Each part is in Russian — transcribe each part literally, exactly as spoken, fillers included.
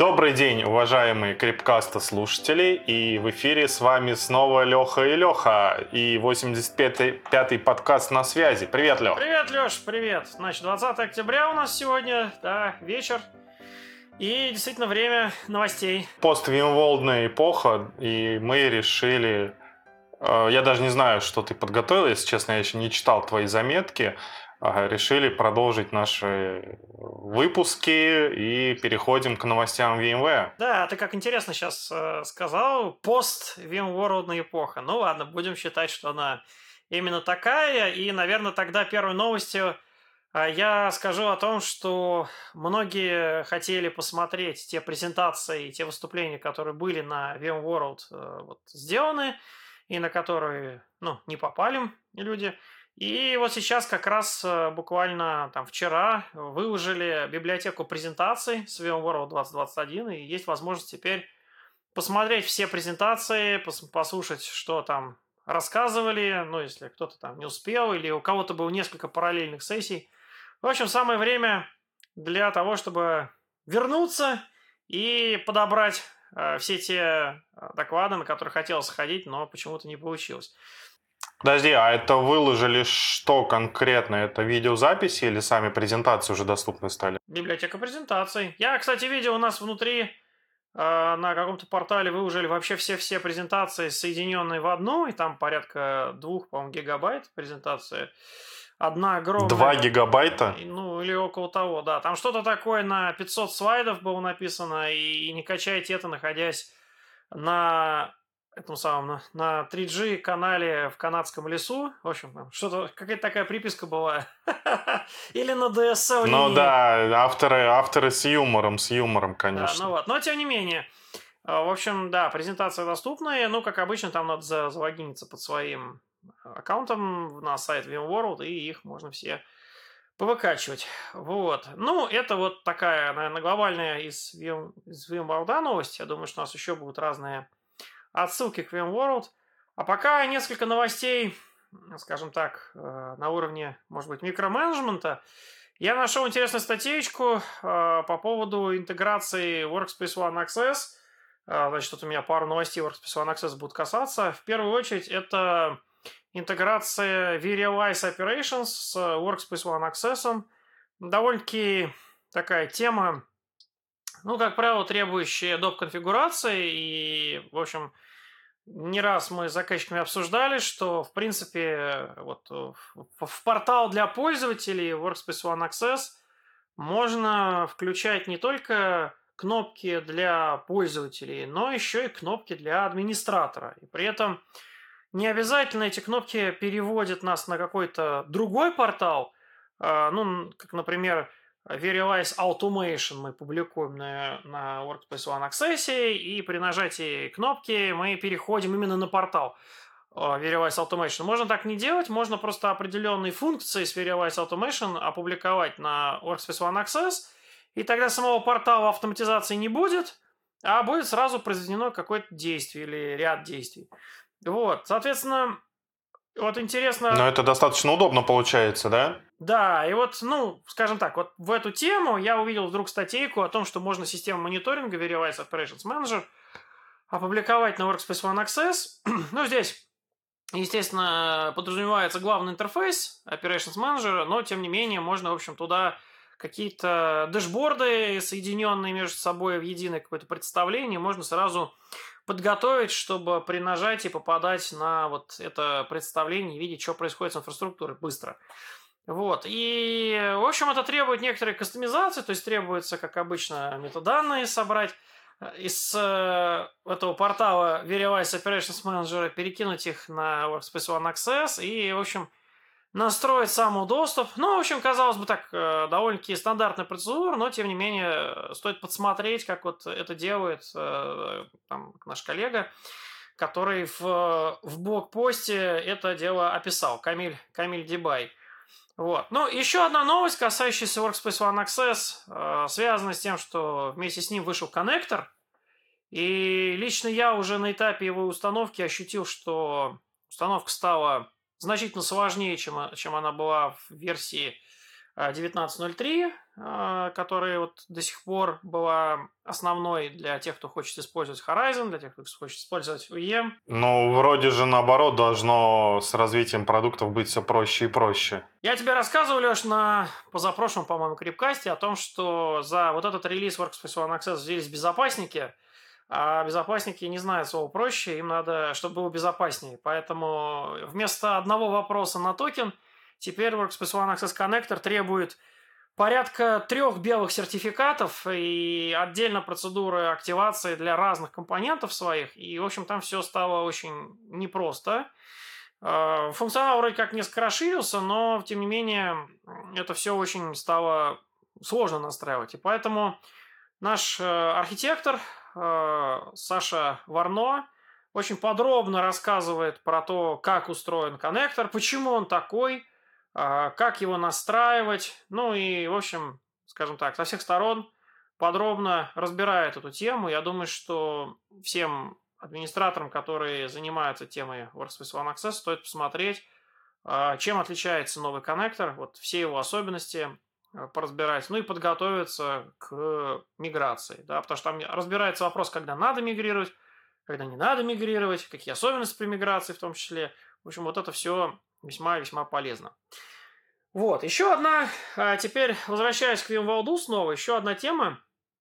Добрый день, уважаемые Крипкаста слушатели, и в эфире с вами снова Леха и Леха, и восемьдесят пятый подкаст на связи. Привет, Лех. Привет, Леш, привет. Значит, двадцатое октября у нас сегодня, да, вечер, и действительно время новостей. Пост-вимволдная эпоха, и мы решили... э, Я даже не знаю, что ты подготовил, если честно, я еще не читал твои заметки. Ага, решили продолжить наши выпуски и переходим к новостям VMware. Да, ты как интересно сейчас э, сказал, пост-VMworld эпоха. Ну ладно, будем считать, что она именно такая, и, наверное, тогда первой новостью э, я скажу о том, что многие хотели посмотреть те презентации, те выступления, которые были на VMworld э, вот, сделаны, и на которые, ну, не попали люди. И вот сейчас как раз э, буквально там вчера выложили библиотеку презентаций с VMworld двадцать двадцать один, и есть возможность теперь посмотреть все презентации, пос- послушать, что там рассказывали, ну, если кто-то там не успел, или у кого-то было несколько параллельных сессий. В общем, самое время для того, чтобы вернуться и подобрать э, все те э, доклады, на которые хотелось сходить, но почему-то не получилось. Подожди, а это выложили что конкретно? Это видеозаписи или сами презентации уже доступны стали? Библиотека презентаций. Я, кстати, видел у нас внутри э, на каком-то портале выложили вообще все-все презентации, соединенные в одну, и там порядка двух, по-моему, гигабайт презентации. Одна огромная... Два гигабайта? Ну, или около того, да. Там что-то такое на пятьсот слайдов было написано, и не качайте это, находясь на этом самом, на, на три джи канале в канадском лесу. В общем, там что-то, какая-то такая приписка была. Или на ди эс эл Ну линии. да, авторы, авторы с юмором, с юмором, Да, конечно. ну вот. Но тем не менее. В общем, да, презентация доступная. Ну, как обычно, там надо за- залогиниться под своим аккаунтом на сайт VMworld, и их можно все повыкачивать. Вот. Ну, это вот такая, наверное, глобальная из, VM, из VMworld новость. Я думаю, что у нас еще будут разные отсылки к VMworld. А пока несколько новостей, скажем так, э, на уровне, может быть, микроменеджмента. Я нашел интересную статейку э, по поводу интеграции Workspace ONE Access. Э, Значит, тут у меня пару новостей Workspace ONE Access будут касаться. В первую очередь, это интеграция vRealize Operations с Workspace ONE Access. Довольно-таки такая тема, ну, как правило, требующая доп. Конфигурации. И, в общем, не раз мы с заказчиками обсуждали, что, в принципе, вот в, в портал для пользователей Workspace ONE Access можно включать не только кнопки для пользователей, но еще и кнопки для администратора. И при этом не обязательно эти кнопки переводят нас на какой-то другой портал. А, Ну, как, например, vRealize Automation мы публикуем на, на Workspace ONE Access, и при нажатии кнопки мы переходим именно на портал а, vRealize Automation. Можно так не делать, можно просто определенные функции с vRealize Automation опубликовать на Workspace ONE Access, и тогда самого портала автоматизации не будет, а будет сразу произведено какое-то действие или ряд действий. Вот, соответственно, вот интересно... Но это достаточно удобно получается, да? Да, и вот, ну, скажем так, вот в эту тему я увидел вдруг статейку о том, что можно систему мониторинга vRealize Operations Manager опубликовать на Workspace ONE Access. Ну, здесь, естественно, подразумевается главный интерфейс Operations Manager, но, тем не менее, можно, в общем, туда какие-то дэшборды, соединенные между собой в единое какое-то представление, можно сразу подготовить, чтобы при нажатии попадать на вот это представление и видеть, что происходит с инфраструктурой быстро. Вот. И, в общем, это требует некоторой кастомизации, то есть требуется, как обычно, метаданные собрать из э, этого портала vRealize Operations Manager, перекинуть их на Workspace ONE Access и, в общем, настроить самодоступ. Ну, в общем, казалось бы, так, э, довольно-таки стандартная процедура, но, тем не менее, стоит подсмотреть, как вот это делает э, там, наш коллега, который в, в блокпосте это дело описал, Камиль, Камиль Дебай. Вот. Ну, еще одна новость, касающаяся Workspace ONE Access, э, связана с тем, что вместе с ним вышел коннектор, и лично я уже на этапе его установки ощутил, что установка стала значительно сложнее, чем, чем она была в версии девятнадцать ноль три, которая вот до сих пор была основной для тех, кто хочет использовать Horizon, для тех, кто хочет использовать ви эм. Ну, вроде же наоборот должно с развитием продуктов быть все проще и проще. Я тебе рассказывал, Леш, на позапрошлом, по-моему, крипкасте о том, что за вот этот релиз Workspace ONE Access взялись безопасники, а безопасники не знают слова проще, им надо, чтобы было безопаснее. Поэтому вместо одного вопроса на токен теперь Workspace ONE Access Connector требует порядка трех белых сертификатов и отдельно процедуры активации для разных компонентов своих. И, в общем, там все стало очень непросто. Функционал вроде как несколько расширился, но, тем не менее, это все очень стало сложно настраивать. И поэтому наш архитектор Саша Варно очень подробно рассказывает про то, как устроен коннектор, почему он такой, как его настраивать. Ну и, в общем, скажем так, со всех сторон подробно разбирает эту тему. Я думаю, что всем администраторам, которые занимаются темой Workspace ONE Access, стоит посмотреть, чем отличается новый коннектор, вот все его особенности поразбирать, ну и подготовиться к миграции, да, потому что там разбирается вопрос, когда надо мигрировать, когда не надо мигрировать, какие особенности при миграции в том числе. В общем, вот это все весьма-весьма полезно. Вот, еще одна, теперь возвращаясь к VMworld снова, еще одна тема,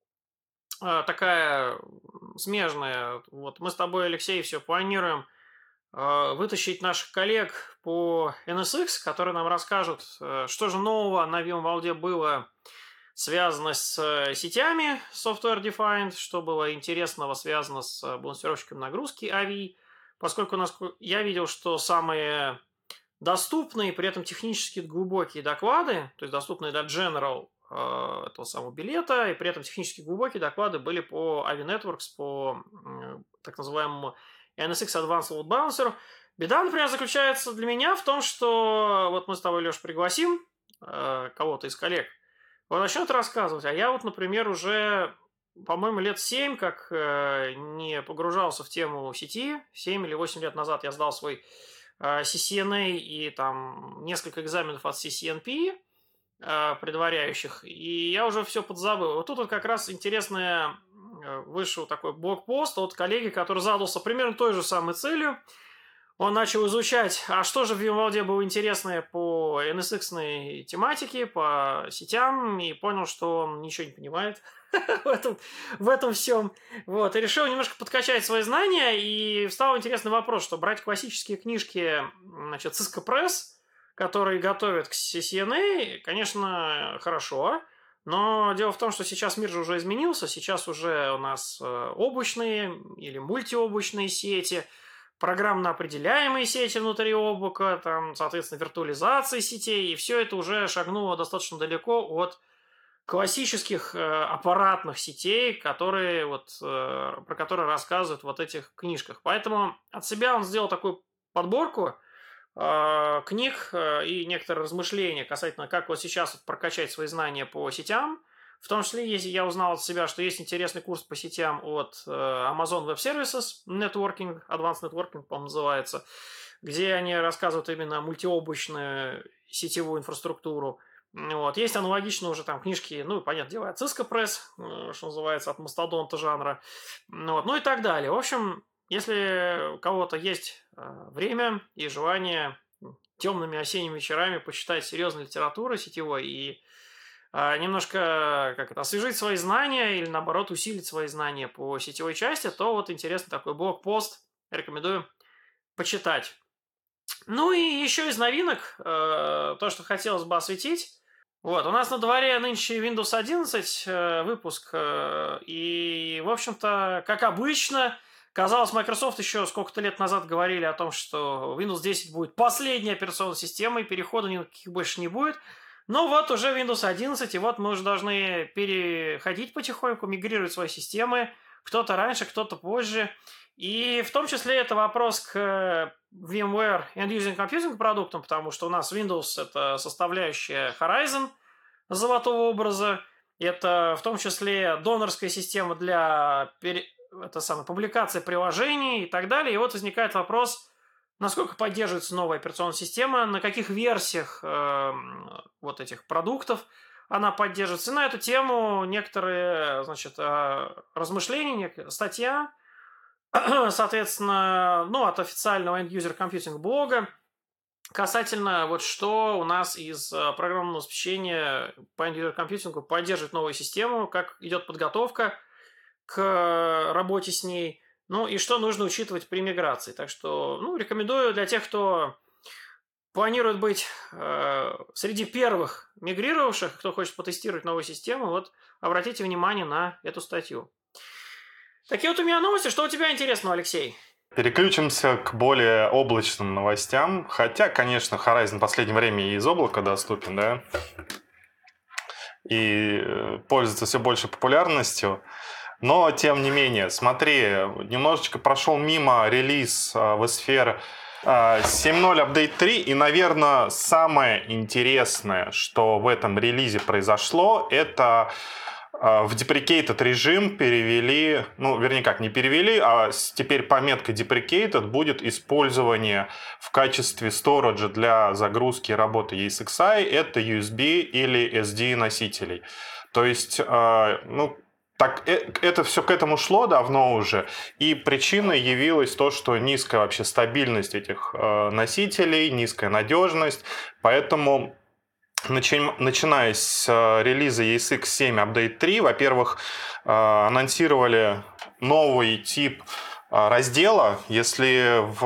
такая смежная. Вот мы с тобой, Алексей, все планируем вытащить наших коллег по эн эс икс, которые нам расскажут, что же нового на VMworld было связано с сетями Software Defined, что было интересного связано с балансировщиком нагрузки эй ви ай, поскольку я видел, что самые доступные, при этом технически глубокие доклады, то есть доступные до General э, этого самого билета, и при этом технически глубокие доклады были по эй ви Networks, по э, так называемому эн эс икс Advanced Load Balancer. Беда, например, заключается для меня в том, что вот мы с тобой, Леш, пригласим э, кого-то из коллег, он начнет рассказывать, а я вот, например, уже, по-моему, лет семь как э, не погружался в тему сети. семь или восемь лет назад я сдал свой э, си си эн эй и там несколько экзаменов от си си эн пи э, предваряющих, и я уже все подзабыл. Вот тут вот как раз интересное вышел такой блогпост от коллеги, который задался примерно той же самой целью. Он начал изучать, а что же в VMworld было интересное по эн эс икс-ной тематике, по сетям, и понял, что он ничего не понимает в этом, в этом всем. Вот, и решил немножко подкачать свои знания, и встал интересный вопрос, что брать классические книжки, значит, Cisco Press, которые готовят к си си эн эй, конечно, хорошо, но дело в том, что сейчас мир же уже изменился, сейчас уже у нас облачные или мультиоблачные сети, программно определяемые сети внутри облака, там, соответственно, виртуализация сетей, и все это уже шагнуло достаточно далеко от классических э, аппаратных сетей, которые, вот, э, про которые рассказывают в вот этих книжках. Поэтому от себя он сделал такую подборку э, книг э, и некоторые размышления касательно, как вот сейчас вот прокачать свои знания по сетям. В том числе, если я узнал от себя, что есть интересный курс по сетям от э, Amazon Web Services, Networking, Advanced Networking, по-моему, называется, где они рассказывают именно мультиоблачную сетевую инфраструктуру. Вот. Есть аналогично уже там книжки, ну, понятное дело, от Cisco Press, э, что называется, от мастодонта жанра, вот, ну и так далее. В общем, если у кого-то есть э, время и желание темными осенними вечерами почитать серьезную литературу сетевой и немножко как это, освежить свои знания или, наоборот, усилить свои знания по сетевой части, то вот интересный такой блог-пост рекомендую почитать. Ну и еще из новинок, э, то, что хотелось бы осветить. Вот, у нас на дворе нынче Windows одиннадцать э, выпуск, э, и, в общем-то, как обычно, казалось, Microsoft еще сколько-то лет назад говорили о том, что Windows десять будет последней операционной системой, перехода никаких больше не будет. Но вот уже Windows одиннадцать, и вот мы уже должны переходить потихоньку, мигрировать свои системы. Кто-то раньше, кто-то позже. И в том числе это вопрос к VMware End User Computing продуктам, потому что у нас Windows – это составляющая Horizon золотого образа. Это в том числе донорская система для пере... это самое, публикации приложений и так далее. И вот возникает вопрос, насколько поддерживается новая операционная система, на каких версиях э, вот этих продуктов она поддерживается. И на эту тему некоторые, значит, э, размышления, нек- статья, соответственно, ну, от официального End-User Computing блога касательно вот что у нас из э, программного обеспечения по End-User компьютингу поддерживает новую систему, как идет подготовка к э, работе с ней, ну и что нужно учитывать при миграции. Так что, ну, рекомендую для тех, кто планирует быть э, среди первых мигрировавших, кто хочет потестировать новую систему, вот обратите внимание на эту статью. Такие вот у меня новости. Что у тебя интересного, Алексей? Переключимся к более облачным новостям. Хотя, конечно, Horizon в последнее время и из облака доступен, да, и э, пользуется все больше популярностью. Но, тем не менее, смотри, немножечко прошел мимо релиз э, vSphere э, семь ноль Update три, и, наверное, самое интересное, что в этом релизе произошло, это э, в deprecated режим перевели, ну, вернее как, не перевели, а с- теперь пометка deprecated будет использование в качестве сториджа для загрузки и работы и эс икс ай, это ю эс би или эс ди носителей. То есть, э, ну, так, э- это все к этому шло давно уже, и причиной явилось то, что низкая вообще стабильность этих э, носителей, низкая надежность, поэтому начи- начиная с э, релиза и эс икс семь Update три, во-первых, э, анонсировали новый тип э, раздела. Если в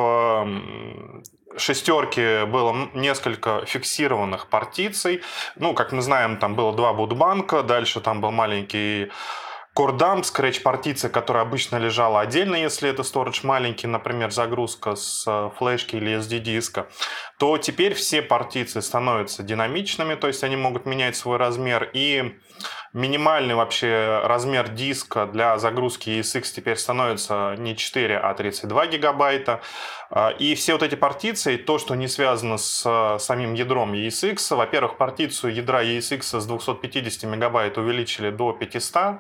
м, шестерке было м- несколько фиксированных партиций, ну, как мы знаем, там было два бутбанка, дальше там был маленький Core-дамп, скретч-партиция, которая обычно лежала отдельно, если это storage маленький, например, загрузка с э, флешки или эс ди-диска, то теперь все партиции становятся динамичными, то есть они могут менять свой размер, и минимальный вообще размер диска для загрузки и эс икс теперь становится не четыре, а тридцать два гигабайта. А, И все вот эти партиции, то, что не связано с э, самим ядром и эс икс, во-первых, партицию ядра и эс икс с двухсот пятидесяти мегабайт увеличили до пятисот,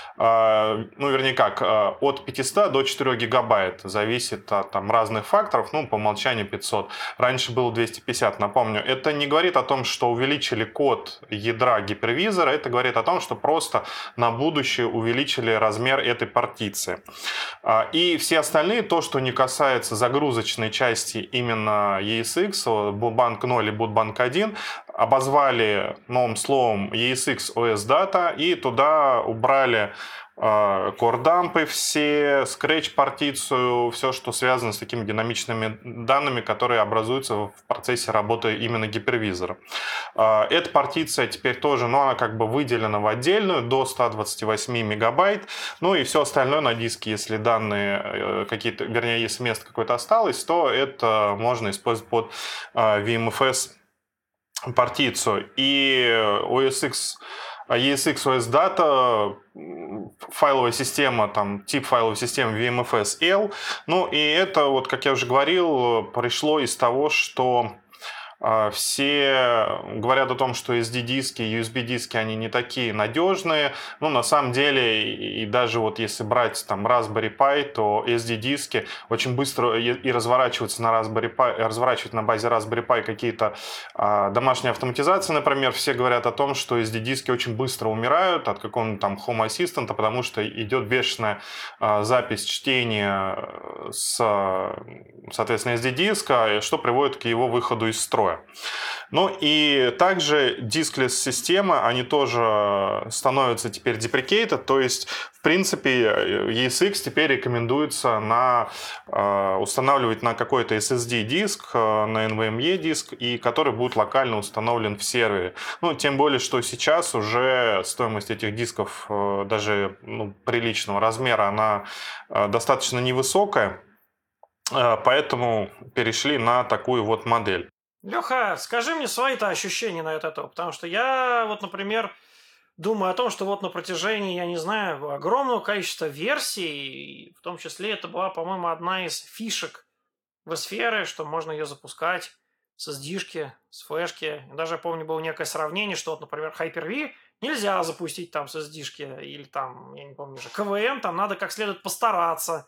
а, ну, вернее как, а, от пятисот до четырёх гигабайт, зависит от там, разных факторов, ну, по умолчанию пятьсот. Раньше было двести пятьдесят, напомню. Это не говорит о том, что увеличили код ядра гипервизора, это говорит о том, что просто на будущее увеличили размер этой партиции. А, И все остальные, то, что не касается загрузочной части именно и эс икс, Bootbank ноль и Bootbank один, обозвали новым словом и эс икс о эс Data и туда убрали кордампы все, скретч-партицию, все, что связано с такими динамичными данными, которые образуются в процессе работы именно гипервизора. А, Эта партиция теперь тоже, ну, она как бы выделена в отдельную до ста двадцати восьми мегабайт, ну и все остальное на диске, если данные э, какие-то, вернее, если место какое-то осталось, то это можно использовать под а, ви эм эф эс партицию. И о эс икс и эс икс о эс Data, м, файловая система, там, тип файловой системы ви эм эф эс эл. Ну, и это, вот, как я уже говорил, пришло из того, что а, все говорят о том, что эс ди-диски, ю эс би-диски, они не такие надежные. Ну, на самом деле, и и даже вот если брать там Raspberry Pi, то эс ди-диски очень быстро и, и разворачиваются на Raspberry Pi, разворачивать на базе Raspberry Pi какие-то а, домашние автоматизации, например. Все говорят о том, что эс ди-диски очень быстро умирают от какого-нибудь там Home Assistant, потому что идет бешеная а, запись чтения э, с, соответственно, эс ди-диска, что приводит к его выходу из строя. Ну и также diskless системы, они тоже становятся теперь deprecated, то есть, в принципе, и эс икс теперь рекомендуется на, э, устанавливать на какой-то эс эс ди-диск, э, на эн ви эм и-диск, и который будет локально установлен в сервере. Ну, тем более, что сейчас уже стоимость этих дисков, э, даже ну, приличного размера, она э, достаточно невысокая, э, поэтому перешли на такую вот модель. Леха, скажи мне свои-то ощущения на это, потому что я вот, например, думаю о том, что вот на протяжении, я не знаю, огромного количества версий, в том числе это была, по-моему, одна из фишек в сфере, что можно ее запускать с эс ди-шки, с флешки. Даже, я помню, было некое сравнение, что вот, например, Hyper-V нельзя запустить там с эс ди-шки, или там, я не помню уже, ка ви эм, там надо как следует постараться,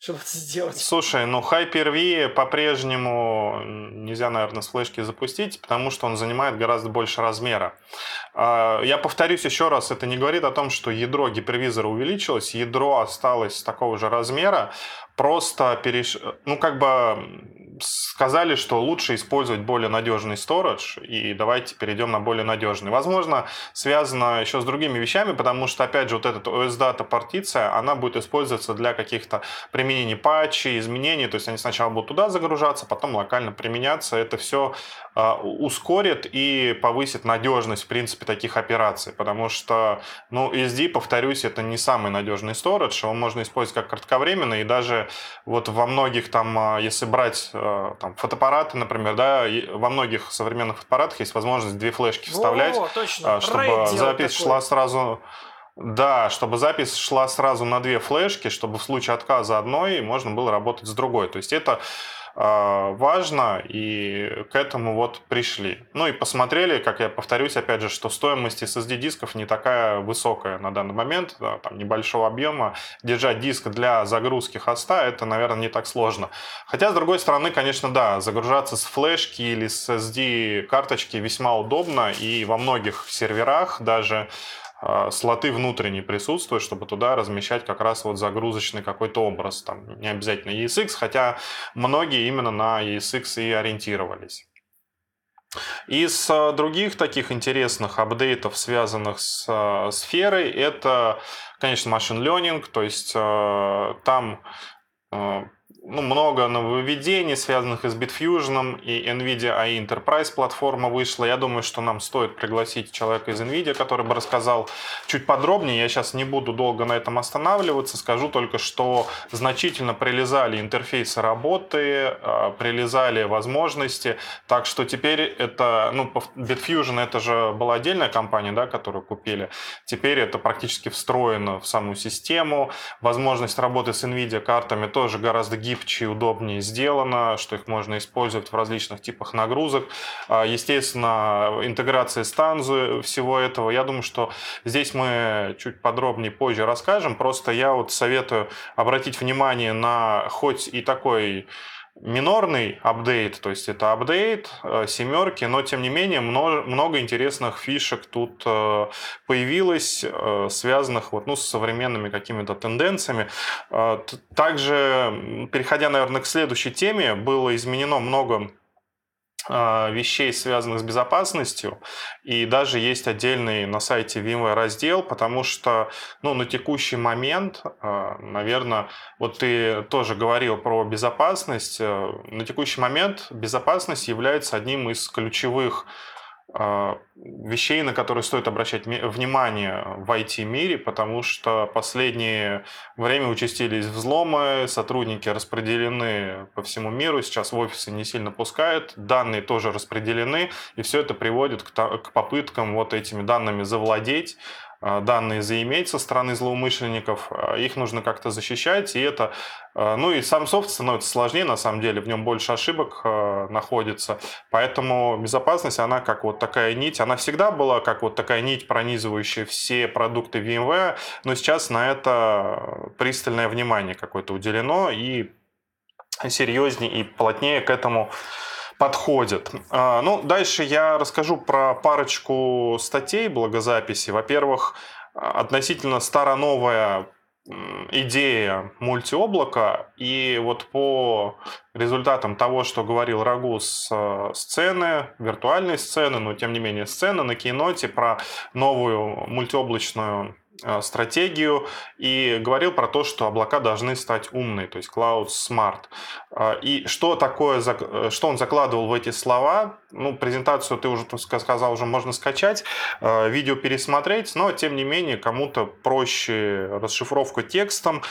чтобы это сделать. Слушай, ну Hyper-V по-прежнему нельзя, наверное, с флешки запустить, потому что он занимает гораздо больше размера. А, Я повторюсь еще раз, это не говорит о том, что ядро гипервизора увеличилось, ядро осталось такого же размера, просто переш... ну, как бы сказали, что лучше использовать более надежный storage, и давайте перейдем на более надежный. Возможно, связано еще с другими вещами, потому что, опять же, вот эта о эс дата партиция, она будет использоваться для каких-то применений патчей, изменений, то есть они сначала будут туда загружаться, потом локально применяться. Это все э, ускорит и повысит надежность, в принципе, таких операций, потому что, ну, эс ди, повторюсь, это не самый надежный storage, его можно использовать как кратковременный, и даже вот во многих там, если брать там, фотоаппараты, например, да, во многих современных фотоаппаратах есть возможность две флешки вставлять, Во, точно. чтобы запись такой. шла сразу... Да, чтобы запись шла сразу на две флешки, чтобы в случае отказа одной можно было работать с другой. То есть это э, важно, и к этому вот пришли. Ну и посмотрели, как я повторюсь, опять же, что стоимость эс эс ди-дисков не такая высокая на данный момент, да, там небольшого объема. Держать диск для загрузки хоста, это, наверное, не так сложно. Хотя, с другой стороны, конечно, да, загружаться с флешки или с эс ди-карточки весьма удобно, и во многих серверах даже слоты внутренние присутствуют, чтобы туда размещать как раз вот загрузочный какой-то образ. Там не обязательно и эс икс, хотя многие именно на и эс икс и ориентировались. Из других таких интересных апдейтов, связанных с сферой, это, конечно, machine learning, то есть там ну, много нововведений, связанных и с Bitfusion, и NVIDIA эй ай Enterprise платформа вышла. Я думаю, что нам стоит пригласить человека из NVIDIA, который бы рассказал чуть подробнее. Я сейчас не буду долго на этом останавливаться. Скажу только, что значительно прилезали интерфейсы работы, прилезали возможности. Так что теперь это, ну, Bitfusion это же была отдельная компания, да, которую купили. Теперь это практически встроено в саму систему. Возможность работы с NVIDIA картами тоже гораздо гибче и удобнее сделано, что их можно использовать в различных типах нагрузок. Естественно, интеграция с Tanzu, всего этого. Я думаю, что здесь мы чуть подробнее позже расскажем. Просто я вот советую обратить внимание на хоть и такой минорный апдейт, то есть это апдейт семерки, но тем не менее много, много интересных фишек тут появилось, связанных вот, ну, с современными какими-то тенденциями. Также, переходя, наверное, к следующей теме, было изменено много вещей, связанных с безопасностью, и даже есть отдельный на сайте VMware раздел, потому что, ну, на текущий момент, наверное, вот ты тоже говорил про безопасность, на текущий момент безопасность является одним из ключевых вещей, на которые стоит обращать внимание в ай ти-мире, потому что последнее время участились взломы, сотрудники распределены по всему миру, сейчас в офисы не сильно пускают, данные тоже распределены, и все это приводит к попыткам вот этими данными завладеть, данные заиметь со стороны злоумышленников, их нужно как-то защищать, и это, ну и сам софт становится сложнее, на самом деле, в нем больше ошибок находится, поэтому безопасность, она как вот такая нить, она всегда была как вот такая нить, пронизывающая все продукты VMware, но сейчас на это пристальное внимание какое-то уделено, и серьезнее и плотнее к этому подходит. Ну, дальше я расскажу про парочку статей благозаписи. Во-первых, относительно старо-новая идея мультиоблака, и вот по результатам того, что говорил Рагу с сцены, виртуальной сцены, но тем не менее сцены на Кейноте про новую мультиоблачную стратегию, и говорил про то, что облака должны стать умные, то есть Cloud Smart. И что такое, что он закладывал в эти слова, ну, презентацию ты уже сказал, уже можно скачать, видео пересмотреть, но тем не менее кому-то проще расшифровка текстом.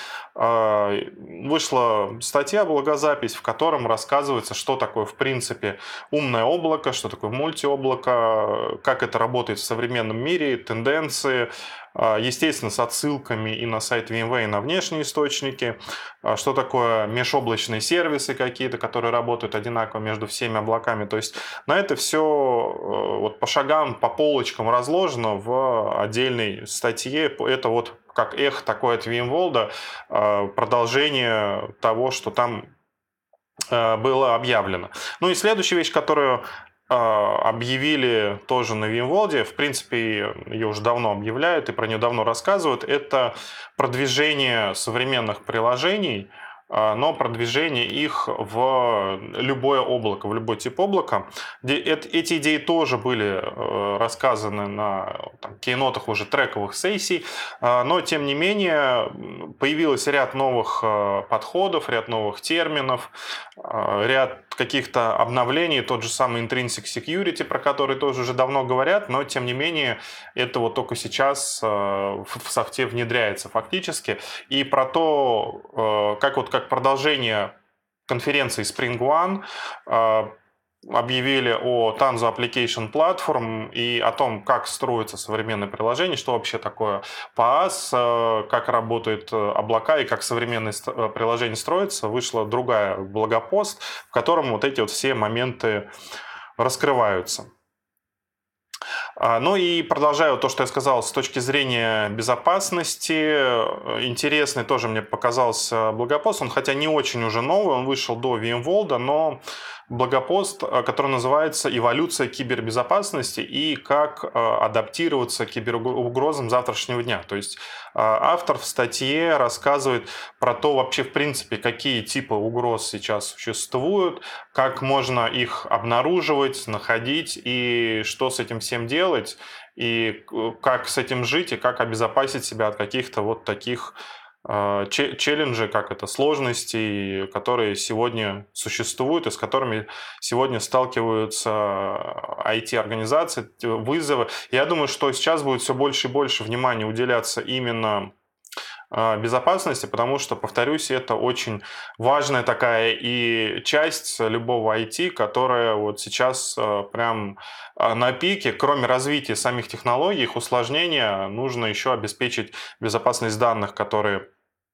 Вышла статья, благозапись, в котором рассказывается, что такое в принципе умное облако, что такое мультиоблако, как это работает в современном мире, тенденции, естественно, с отсылками и на сайт VMware, и на внешние источники, что такое межоблачные сервисы какие-то, которые работают одинаково между всеми облаками. То есть на это все вот по шагам, по полочкам разложено в отдельной статье. Это вот как эхо такое от VMworld, продолжение того, что там было объявлено. Ну и следующая вещь, которую объявили тоже на VMworld, в принципе, ее уже давно объявляют и про нее давно рассказывают, это продвижение современных приложений, но продвижение их в любое облако, в любой тип облака. Эти идеи тоже были рассказаны на там, кейнотах уже трековых сессий, но тем не менее появился ряд новых подходов, ряд новых терминов, ряд каких-то обновлений, тот же самый Intrinsic Security, про который тоже уже давно говорят, но тем не менее это вот только сейчас в софте внедряется фактически. И про то, как вот как продолжение конференции Spring One объявили о Tanzu Application Platform и о том, как строится современное приложение, что вообще такое паас, как работают облака и как современное приложение строится. Вышла другая блогопост, в котором вот эти вот все моменты раскрываются. Ну и продолжаю то, что я сказал с точки зрения безопасности. Интересный тоже мне показался блогопост. Он хотя не очень уже новый, он вышел до VMworld, но блогопост, который называется «Эволюция кибербезопасности и как адаптироваться к киберугрозам завтрашнего дня». То есть автор в статье рассказывает про то вообще в принципе, какие типы угроз сейчас существуют, как можно их обнаруживать, находить и что с этим всем делать, и как с этим жить, и как обезопасить себя от каких-то вот таких челленджи, как это, сложностей, которые сегодня существуют и с которыми сегодня сталкиваются ай ти-организации, вызовы. Я думаю, что сейчас будет все больше и больше внимания уделяться именно безопасности, потому что, повторюсь, это очень важная такая и часть любого ай ти, которая вот сейчас прям на пике. Кроме развития самих технологий, их усложнения, нужно еще обеспечить безопасность данных, которые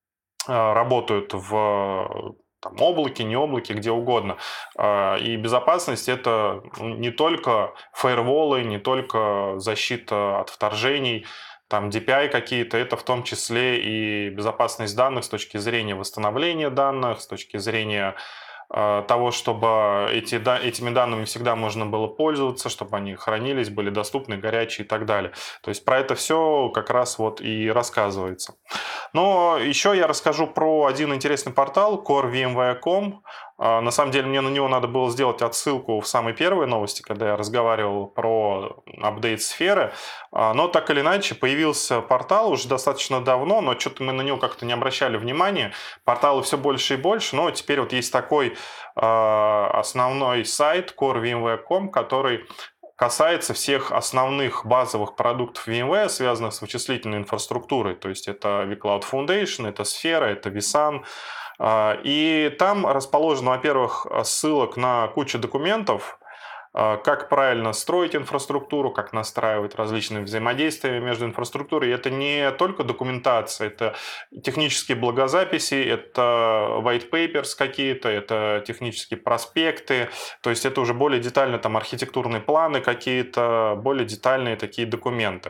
работают в там, облаке, не облаке, где угодно. И безопасность — это не только фаерволы, не только защита от вторжений, там ди пи ай какие-то, это в том числе и безопасность данных с точки зрения восстановления данных, с точки зрения того, чтобы эти, этими данными всегда можно было пользоваться, чтобы они хранились, были доступны, горячие и так далее. То есть про это все как раз вот и рассказывается. Но еще я расскажу про один интересный портал core ви эм вэр точка ком. На самом деле мне на него надо было сделать отсылку в самой первой новости, когда я разговаривал про апдейт сферы. Но так или иначе появился портал уже достаточно давно, но что-то мы на него как-то не обращали внимания. Порталы все больше и больше, но теперь вот есть такой основной сайт core ви эм вэр точка ком, который касается всех основных базовых продуктов VMware, связанных с вычислительной инфраструктурой. То есть это vCloud Foundation, это Сфера, это vSAN. И там расположено, во-первых, ссылок на кучу документов, как правильно строить инфраструктуру, как настраивать различные взаимодействия между инфраструктурой. И это не только документация, это технические благозаписи, это white papers какие-то, это технические проспекты, то есть это уже более детально там архитектурные планы какие-то, более детальные такие документы.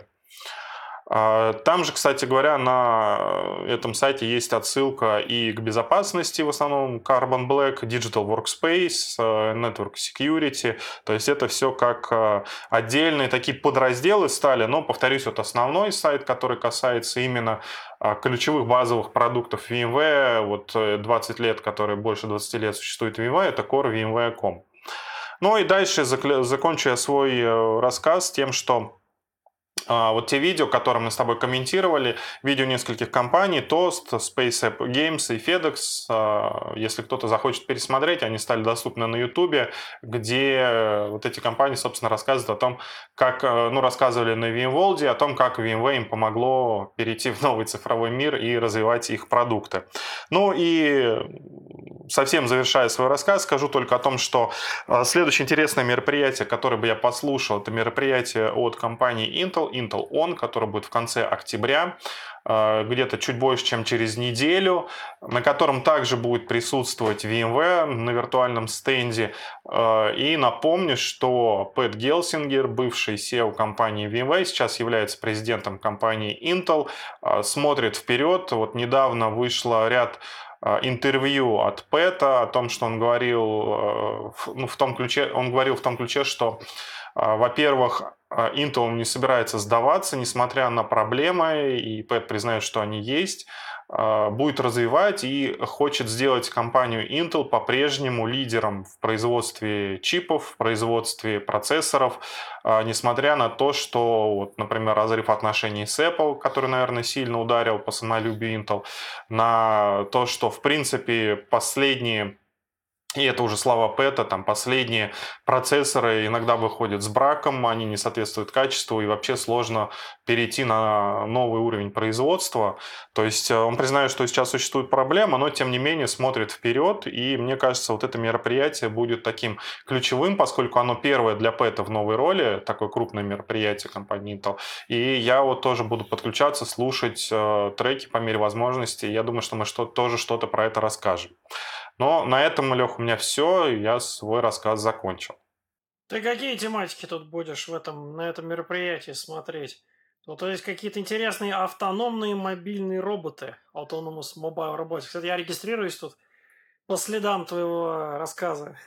Там же, кстати говоря, на этом сайте есть отсылка и к безопасности, в основном Carbon Black, Digital Workspace, Network Security. То есть это все как отдельные такие подразделы стали. Но, повторюсь, вот основной сайт, который касается именно ключевых базовых продуктов VMware, вот двадцать лет, которые больше двадцати лет существует VMware, это core ви эм вэр точка ком. Ну и дальше закончу я свой рассказ тем, что вот те видео, которые мы с тобой комментировали, видео нескольких компаний, Toast, Space App Games и FedEx, если кто-то захочет пересмотреть, они стали доступны на YouTube, где вот эти компании, собственно, рассказывают о том, как, ну, рассказывали на VMworld, о том, как VMware им помогло перейти в новый цифровой мир и развивать их продукты. Ну и совсем завершая свой рассказ, скажу только о том, что следующее интересное мероприятие, которое бы я послушал, это мероприятие от компании Intel, Intel On, который будет в конце октября, где-то чуть больше, чем через неделю, на котором также будет присутствовать VMware на виртуальном стенде. И напомню, что Пэт Гелсингер, бывший си и о компании VMware, сейчас является президентом компании Intel, смотрит вперед. Вот недавно вышло ряд интервью от Пэта о том, что он говорил, ну, в том ключе, он говорил в том ключе, что, во-первых, Intel не собирается сдаваться, несмотря на проблемы, и Пэт признает, что они есть, будет развивать и хочет сделать компанию Intel по-прежнему лидером в производстве чипов, в производстве процессоров, несмотря на то, что, вот, например, разрыв отношений с Apple, который, наверное, сильно ударил по самолюбию Intel, на то, что, в принципе, последние... И это уже слова Пэта, там последние процессоры иногда выходят с браком, они не соответствуют качеству, и вообще сложно перейти на новый уровень производства. То есть он признает, что сейчас существует проблема, но тем не менее смотрит вперед, и мне кажется, вот это мероприятие будет таким ключевым, поскольку оно первое для Пэта в новой роли, такое крупное мероприятие компании Intel. И я вот тоже буду подключаться, слушать э, треки по мере возможности. Я думаю, что мы что тоже что-то про это расскажем. Но на этом, Лех, у меня все, я свой рассказ закончил. Ты какие тематики тут будешь в этом, на этом мероприятии смотреть? Тут есть какие-то интересные автономные мобильные роботы, Autonomous Mobile Robotics. Кстати, я регистрируюсь тут по следам твоего рассказа.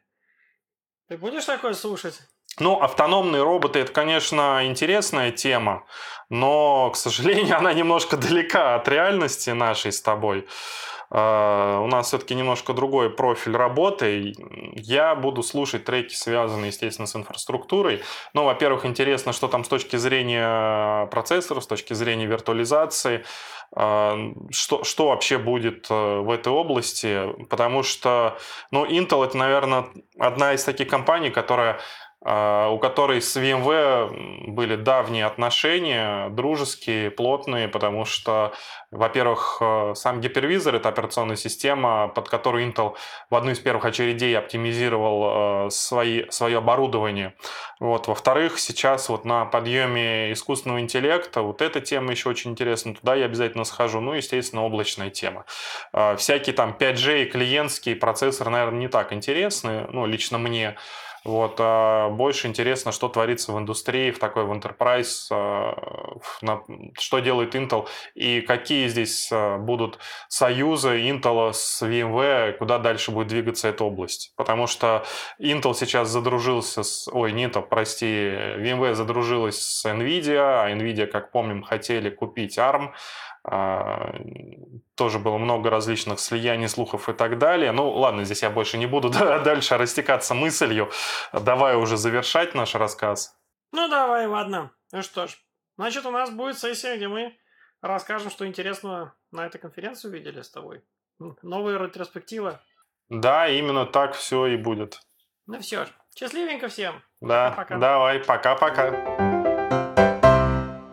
Ты будешь такое слушать? Ну, автономные роботы – это, конечно, интересная тема, но, к сожалению, она немножко далека от реальности нашей с тобой. Uh, у нас все-таки немножко другой профиль работы. Я буду слушать треки, связанные, естественно, с инфраструктурой. Ну, во-первых, интересно, что там с точки зрения процессоров, с точки зрения виртуализации, uh, что, что вообще будет uh, в этой области. Потому что, ну, Intel – это, наверное, одна из таких компаний, которая у которой с VMware были давние отношения, дружеские, плотные, потому что, во-первых, сам гипервизор – это операционная система, под которую Intel в одну из первых очередей оптимизировал свои, свое оборудование. Вот. Во-вторых, сейчас вот на подъеме искусственного интеллекта вот эта тема еще очень интересна, туда я обязательно схожу. Ну, естественно, облачная тема. Всякие там пять джи и клиентские процессоры, наверное, не так интересны, ну, лично мне. Вот, а больше интересно, что творится в индустрии, в такой в enterprise, что делает Intel и какие здесь будут союзы Intel с VMware, куда дальше будет двигаться эта область. Потому что Intel сейчас задружился с... Ой, не Intel, прости, VMware задружилась с NVIDIA, а NVIDIA, как помним, хотели купить арм. Тоже было много различных слияний, слухов и так далее. Ну, ладно, здесь я больше не буду дальше растекаться мыслью. Давай уже завершать наш рассказ. Ну, давай, ладно. Ну что ж, значит, у нас будет сессия, где мы расскажем, что интересного на этой конференции увидели с тобой. Новая ретроспектива. Да, именно так все и будет. Ну все ж, счастливенько всем. Да, Пока-пока. давай, пока-пока.